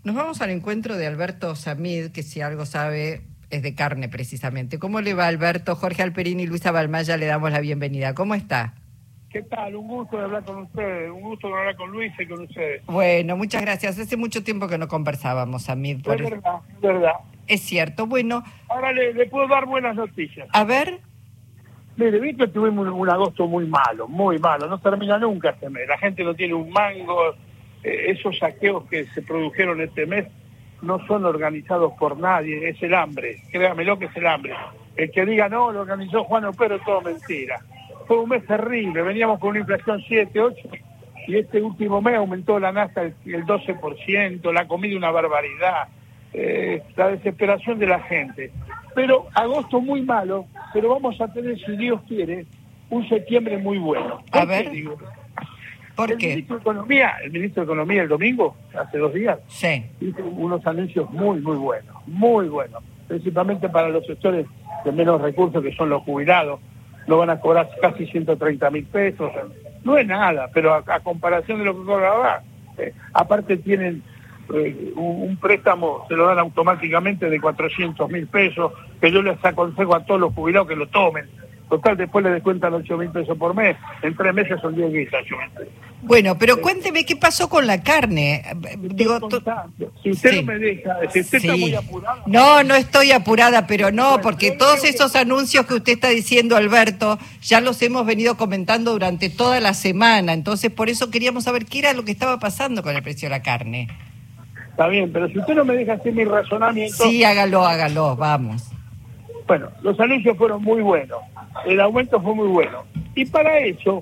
Nos vamos al encuentro de Alberto Samid, que si algo sabe es de carne precisamente. ¿Cómo le va, Alberto? Jorge Alperini y Luisa Balmaya le damos la bienvenida. ¿Cómo está? ¿Qué tal? Un gusto de hablar con ustedes, un gusto de hablar con Luisa y con ustedes. Bueno, muchas gracias. Hace mucho tiempo que no conversábamos, Samid. Es verdad, es verdad. Es cierto, bueno. Ahora le puedo dar buenas noticias. A ver. Mire, vi que tuvimos un agosto muy malo, no termina nunca este mes. La gente no tiene un mango, esos saqueos que se produjeron este mes no son organizados por nadie, es el hambre, créamelo que es el hambre. El que diga no, lo organizó Juan Opero, es todo mentira. Fue un mes terrible, veníamos con una inflación 7, 8, y este último mes aumentó la nafta el 12%, la comida una barbaridad, la desesperación de la gente. Pero agosto muy malo, pero vamos a tener, si Dios quiere, un septiembre muy bueno. A ver, ¿por qué? El ministro de Economía el domingo, hace 2 días, sí, hizo unos anuncios muy buenos, principalmente para los sectores de menos recursos, que son los jubilados. No van a cobrar casi 130.000 pesos, no es nada, pero a comparación de lo que cobraba, aparte tienen un préstamo, se lo dan automáticamente de 400.000 pesos, que yo les aconsejo a todos los jubilados que lo tomen. Total, después le descuentan 8.000 pesos por mes, en 3 meses son 10 guisas. Bueno, pero cuénteme qué pasó con la carne. Digo, si usted sí, no me deja, si usted sí, está muy apurada. No estoy apurada, pero no, bueno, porque todos esos anuncios que usted está diciendo, Alberto, ya los hemos venido comentando durante toda la semana. Entonces, por eso queríamos saber qué era lo que estaba pasando con el precio de la carne. Está bien, pero si usted no me deja hacer mi razonamiento... Sí, hágalo, vamos. Bueno, los anuncios fueron muy buenos, el aumento fue muy bueno. Y para eso,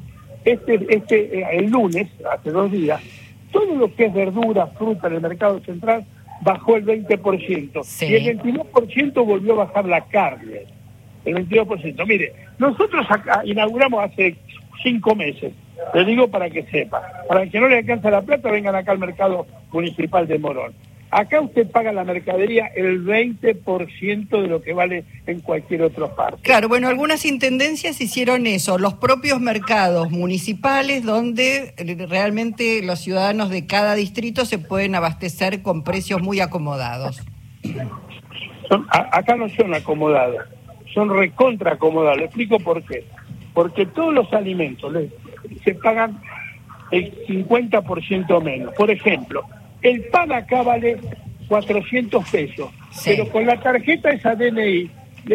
el lunes, hace 2 días, todo lo que es verdura, fruta en el mercado central bajó el 20%. Sí. Y el 22% volvió a bajar la carne. El 22%. Mire, nosotros acá inauguramos hace 5 meses. Le digo para que sepa. Para el que no le alcanza la plata, vengan acá al mercado municipal de Morón. Acá usted paga la mercadería el 20% de lo que vale en cualquier otra parte. Claro, bueno, algunas intendencias hicieron eso, los propios mercados municipales donde realmente los ciudadanos de cada distrito se pueden abastecer con precios muy acomodados. Acá no son acomodados, son recontra acomodados. Le explico por qué. Porque todos los alimentos se pagan el 50% menos. Por ejemplo, el pan acá vale 400 pesos, sí, pero con la tarjeta esa DNI,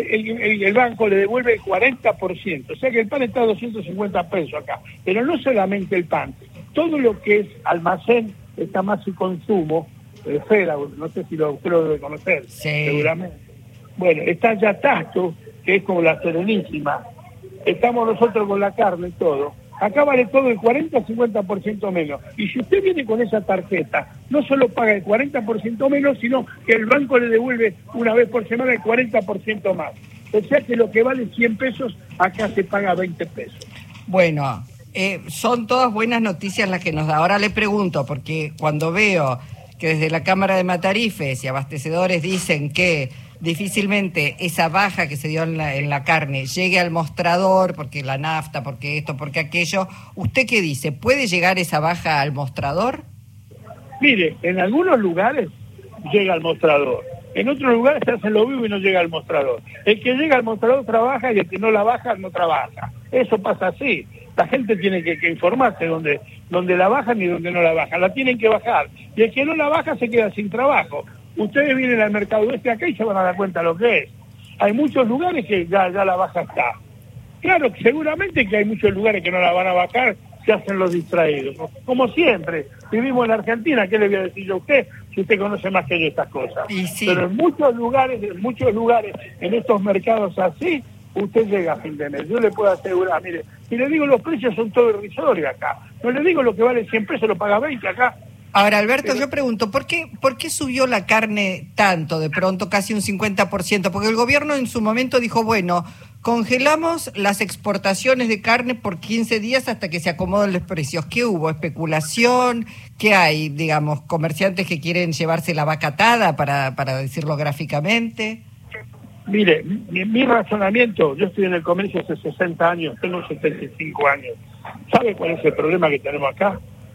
el banco le devuelve el 40%, o sea que el pan está a 250 pesos acá. Pero no solamente el pan, todo lo que es almacén está más su consumo, Fera, no sé si usted lo debe conocer, sí, seguramente. Bueno, está Yatasto, que es como la Serenísima, estamos nosotros con la carne y todo. Acá vale todo el 40-50% menos. Y si usted viene con esa tarjeta, no solo paga el 40% menos, sino que el banco le devuelve una vez por semana el 40% más. O sea que lo que vale 100 pesos, acá se paga 20 pesos. Bueno, son todas buenas noticias las que nos da. Ahora le pregunto, porque cuando veo que desde la Cámara de Matarifes y abastecedores dicen que difícilmente esa baja que se dio en la carne llegue al mostrador, porque la nafta, porque esto, porque aquello, ¿usted qué dice? ¿Puede llegar esa baja al mostrador? Mire, en algunos lugares llega al mostrador, en otros lugares se hace lo vivo y no llega al mostrador. El que llega al mostrador trabaja y el que no la baja no trabaja. Eso pasa así. La gente tiene que informarse donde la bajan y donde no la bajan. La tienen que bajar. Y el que no la baja se queda sin trabajo. Ustedes vienen al mercado acá y se van a dar cuenta lo que es. Hay muchos lugares que ya la baja está. Claro, seguramente que hay muchos lugares que no la van a bajar, se hacen los distraídos. Como siempre, vivimos en Argentina, ¿qué le voy a decir yo a usted si usted conoce más que yo estas cosas? Sí. Pero en muchos lugares, en estos mercados así, usted llega a fin de mes. Yo le puedo asegurar, mire, si le digo los precios son todo irrisorios acá. No le digo lo que vale 100 pesos, lo paga 20 acá. Ahora, Alberto, yo pregunto, ¿por qué subió la carne tanto, de pronto, casi un 50%? Porque el gobierno en su momento dijo, bueno, congelamos las exportaciones de carne por 15 días hasta que se acomoden los precios. ¿Qué hubo? ¿Especulación? ¿Qué hay, digamos, comerciantes que quieren llevarse la vaca atada, para decirlo gráficamente? Mire, mi razonamiento, yo estoy en el comercio hace 60 años, tengo 75 años. ¿Sabe cuál es el problema que tenemos acá?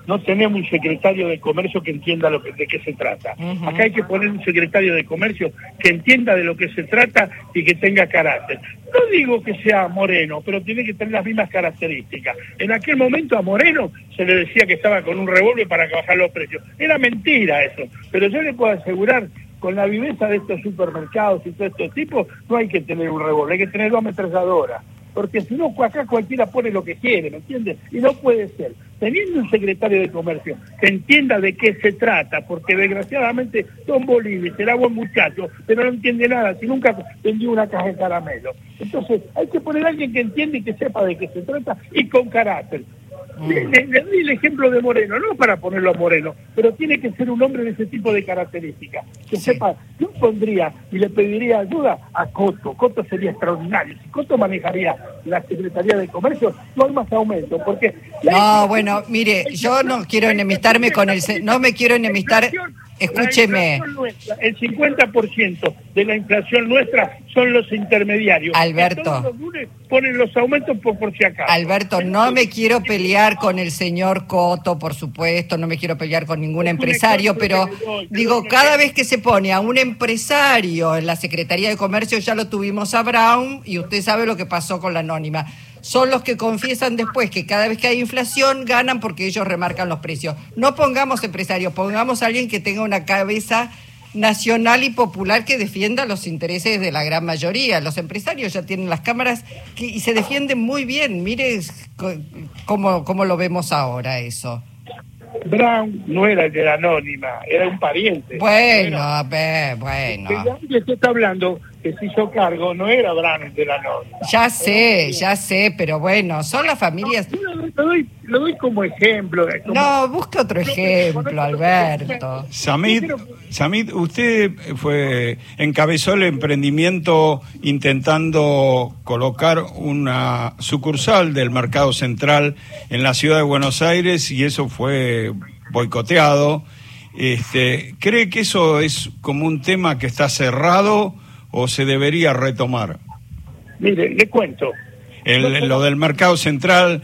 no tenemos un secretario de Comercio que entienda de qué se trata. Uh-huh. Acá hay que poner un secretario de Comercio que entienda de lo que se trata y que tenga carácter. No digo que sea Moreno, pero tiene que tener las mismas características. En aquel momento a Moreno se le decía que estaba con un revólver para bajar los precios. Era mentira eso, pero yo le puedo asegurar, con la viveza de estos supermercados y todos estos tipos, no hay que tener un revólver, hay que tener 2 ametralladoras. Porque si no, acá cualquiera pone lo que quiere, ¿me entiendes? Y no puede ser. Teniendo un secretario de Comercio que entienda de qué se trata, porque desgraciadamente Don Bolívar será buen muchacho, pero no entiende nada, si nunca vendió una caja de caramelo. Entonces, hay que poner a alguien que entienda y que sepa de qué se trata y con carácter. Le di el ejemplo de Moreno, no para ponerlo a Moreno, pero tiene que ser un hombre de ese tipo de características, que sepa. Yo pondría y le pediría ayuda a Coto. Coto sería extraordinario. Si Coto manejaría la Secretaría de Comercio, no hay más aumento, porque... No, bueno, mire, yo no quiero enemistarme con no me quiero enemistar, escúcheme. El 50% de la inflación nuestra son los intermediarios. Alberto. Todos los lunes ponen los aumentos por si acaso. Alberto, no me quiero pelear con el señor Coto, por supuesto, no me quiero pelear con ningún empresario, pero digo, cada vez que se pone a un empresario en la Secretaría de Comercio, ya lo tuvimos a Brown, y usted sabe lo que pasó con la anónima. Son los que confiesan después que cada vez que hay inflación ganan porque ellos remarcan los precios. No pongamos empresarios, pongamos a alguien que tenga una cabeza nacional y popular que defienda los intereses de la gran mayoría. Los empresarios ya tienen las cámaras y se defienden muy bien. Mire cómo lo vemos ahora eso. Brown no era el de la anónima, era un pariente. Bueno, a ver, bueno. Que se está hablando, que se hizo cargo, no era Brown el de la anónima. Ya sé, pero bueno, son las familias... Lo doy como ejemplo. No, busca otro ejemplo, Alberto. Samit, usted encabezó el emprendimiento intentando colocar una sucursal del Mercado Central en la ciudad de Buenos Aires y eso fue boicoteado. ¿Cree que eso es como un tema que está cerrado o se debería retomar? Mire, le cuento. Lo del Mercado Central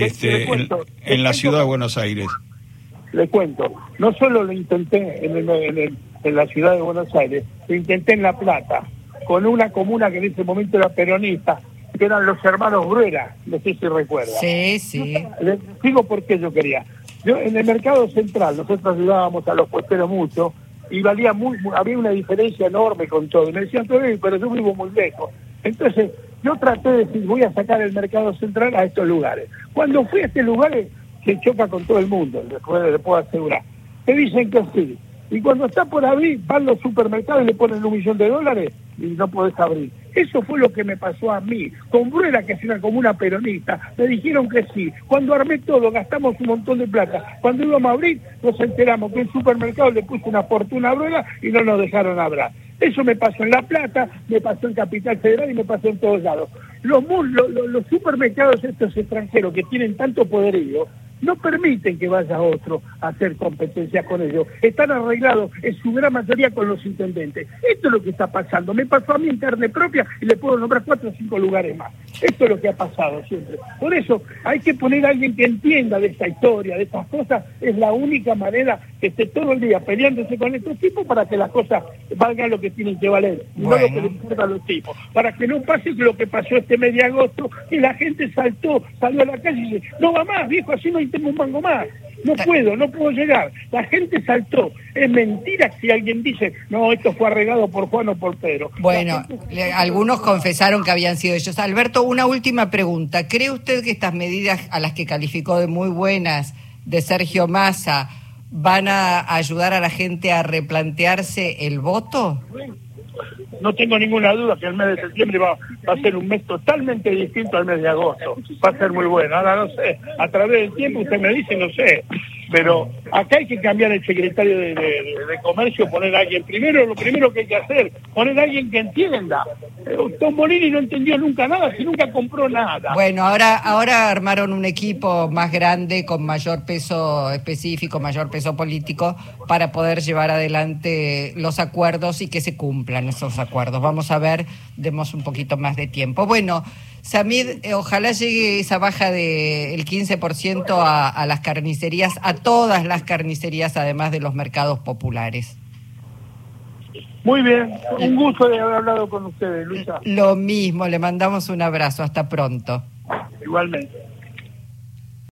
en la ciudad de Buenos Aires. Le cuento, no solo lo intenté en la ciudad de Buenos Aires, lo intenté en La Plata, con una comuna que en ese momento era peronista, que eran los hermanos Bruera, no sé si recuerda. Sí. Les digo por qué yo quería. Yo en el Mercado Central, nosotros ayudábamos a los puesteros mucho, y había una diferencia enorme con todo. Y me decían, pero yo vivo muy lejos. Entonces, yo traté de decir, voy a sacar el Mercado Central a estos lugares. Cuando fui a estos lugares, se choca con todo el mundo, le puedo asegurar. Te dicen que sí. Y cuando está por abrir, van los supermercados y le ponen $1 millón y no podés abrir. Eso fue lo que me pasó a mí. Con Bruera, que es una comuna peronista, me dijeron que sí. Cuando armé todo, gastamos un montón de plata. Cuando íbamos a abrir, nos enteramos que el supermercado le puso una fortuna a Bruera y no nos dejaron hablar. Eso me pasó en La Plata, me pasó en Capital Federal y me pasó en todos lados. Los supermercados estos extranjeros que tienen tanto poderío, no permiten que vaya otro a hacer competencia con ellos. Están arreglados en su gran mayoría con los intendentes. Esto es lo que está pasando. Me pasó a mí en carne propia y le puedo nombrar 4 o 5 lugares más. Esto es lo que ha pasado siempre. Por eso hay que poner a alguien que entienda de esta historia, de estas cosas. Es la única manera que esté todo el día peleándose con estos tipos para que las cosas valgan lo que tienen que valer, no lo que les importa a los tipos. Para que no pase lo que pasó este mes de agosto, que la gente salió a la calle y dice, no va más, viejo, así no tengo un mango más. No puedo llegar. La gente saltó. Es mentira si alguien dice, no, esto fue arreglado por Juan o por Pedro. Bueno, algunos confesaron que habían sido ellos. Alberto, una última pregunta. ¿Cree usted que estas medidas a las que calificó de muy buenas de Sergio Massa van a ayudar a la gente a replantearse el voto? No tengo ninguna duda que el mes de septiembre va a ser un mes totalmente distinto al mes de agosto. Va a ser muy bueno. Ahora no sé, a través del tiempo usted me dice, no sé. Pero acá hay que cambiar el secretario de Comercio, poner a alguien. Lo primero que hay que hacer, poner a alguien que entienda. Don Bolini no entendió nunca nada, si nunca compró nada. Bueno, ahora armaron un equipo más grande, con mayor peso específico, mayor peso político, para poder llevar adelante los acuerdos y que se cumplan esos acuerdos. Vamos a ver, demos un poquito más de tiempo. Bueno, Samid, ojalá llegue esa baja del 15% a las carnicerías, a todas las carnicerías, además de los mercados populares. Muy bien, un gusto de haber hablado con ustedes, Luisa. Lo mismo, le mandamos un abrazo, hasta pronto. Igualmente.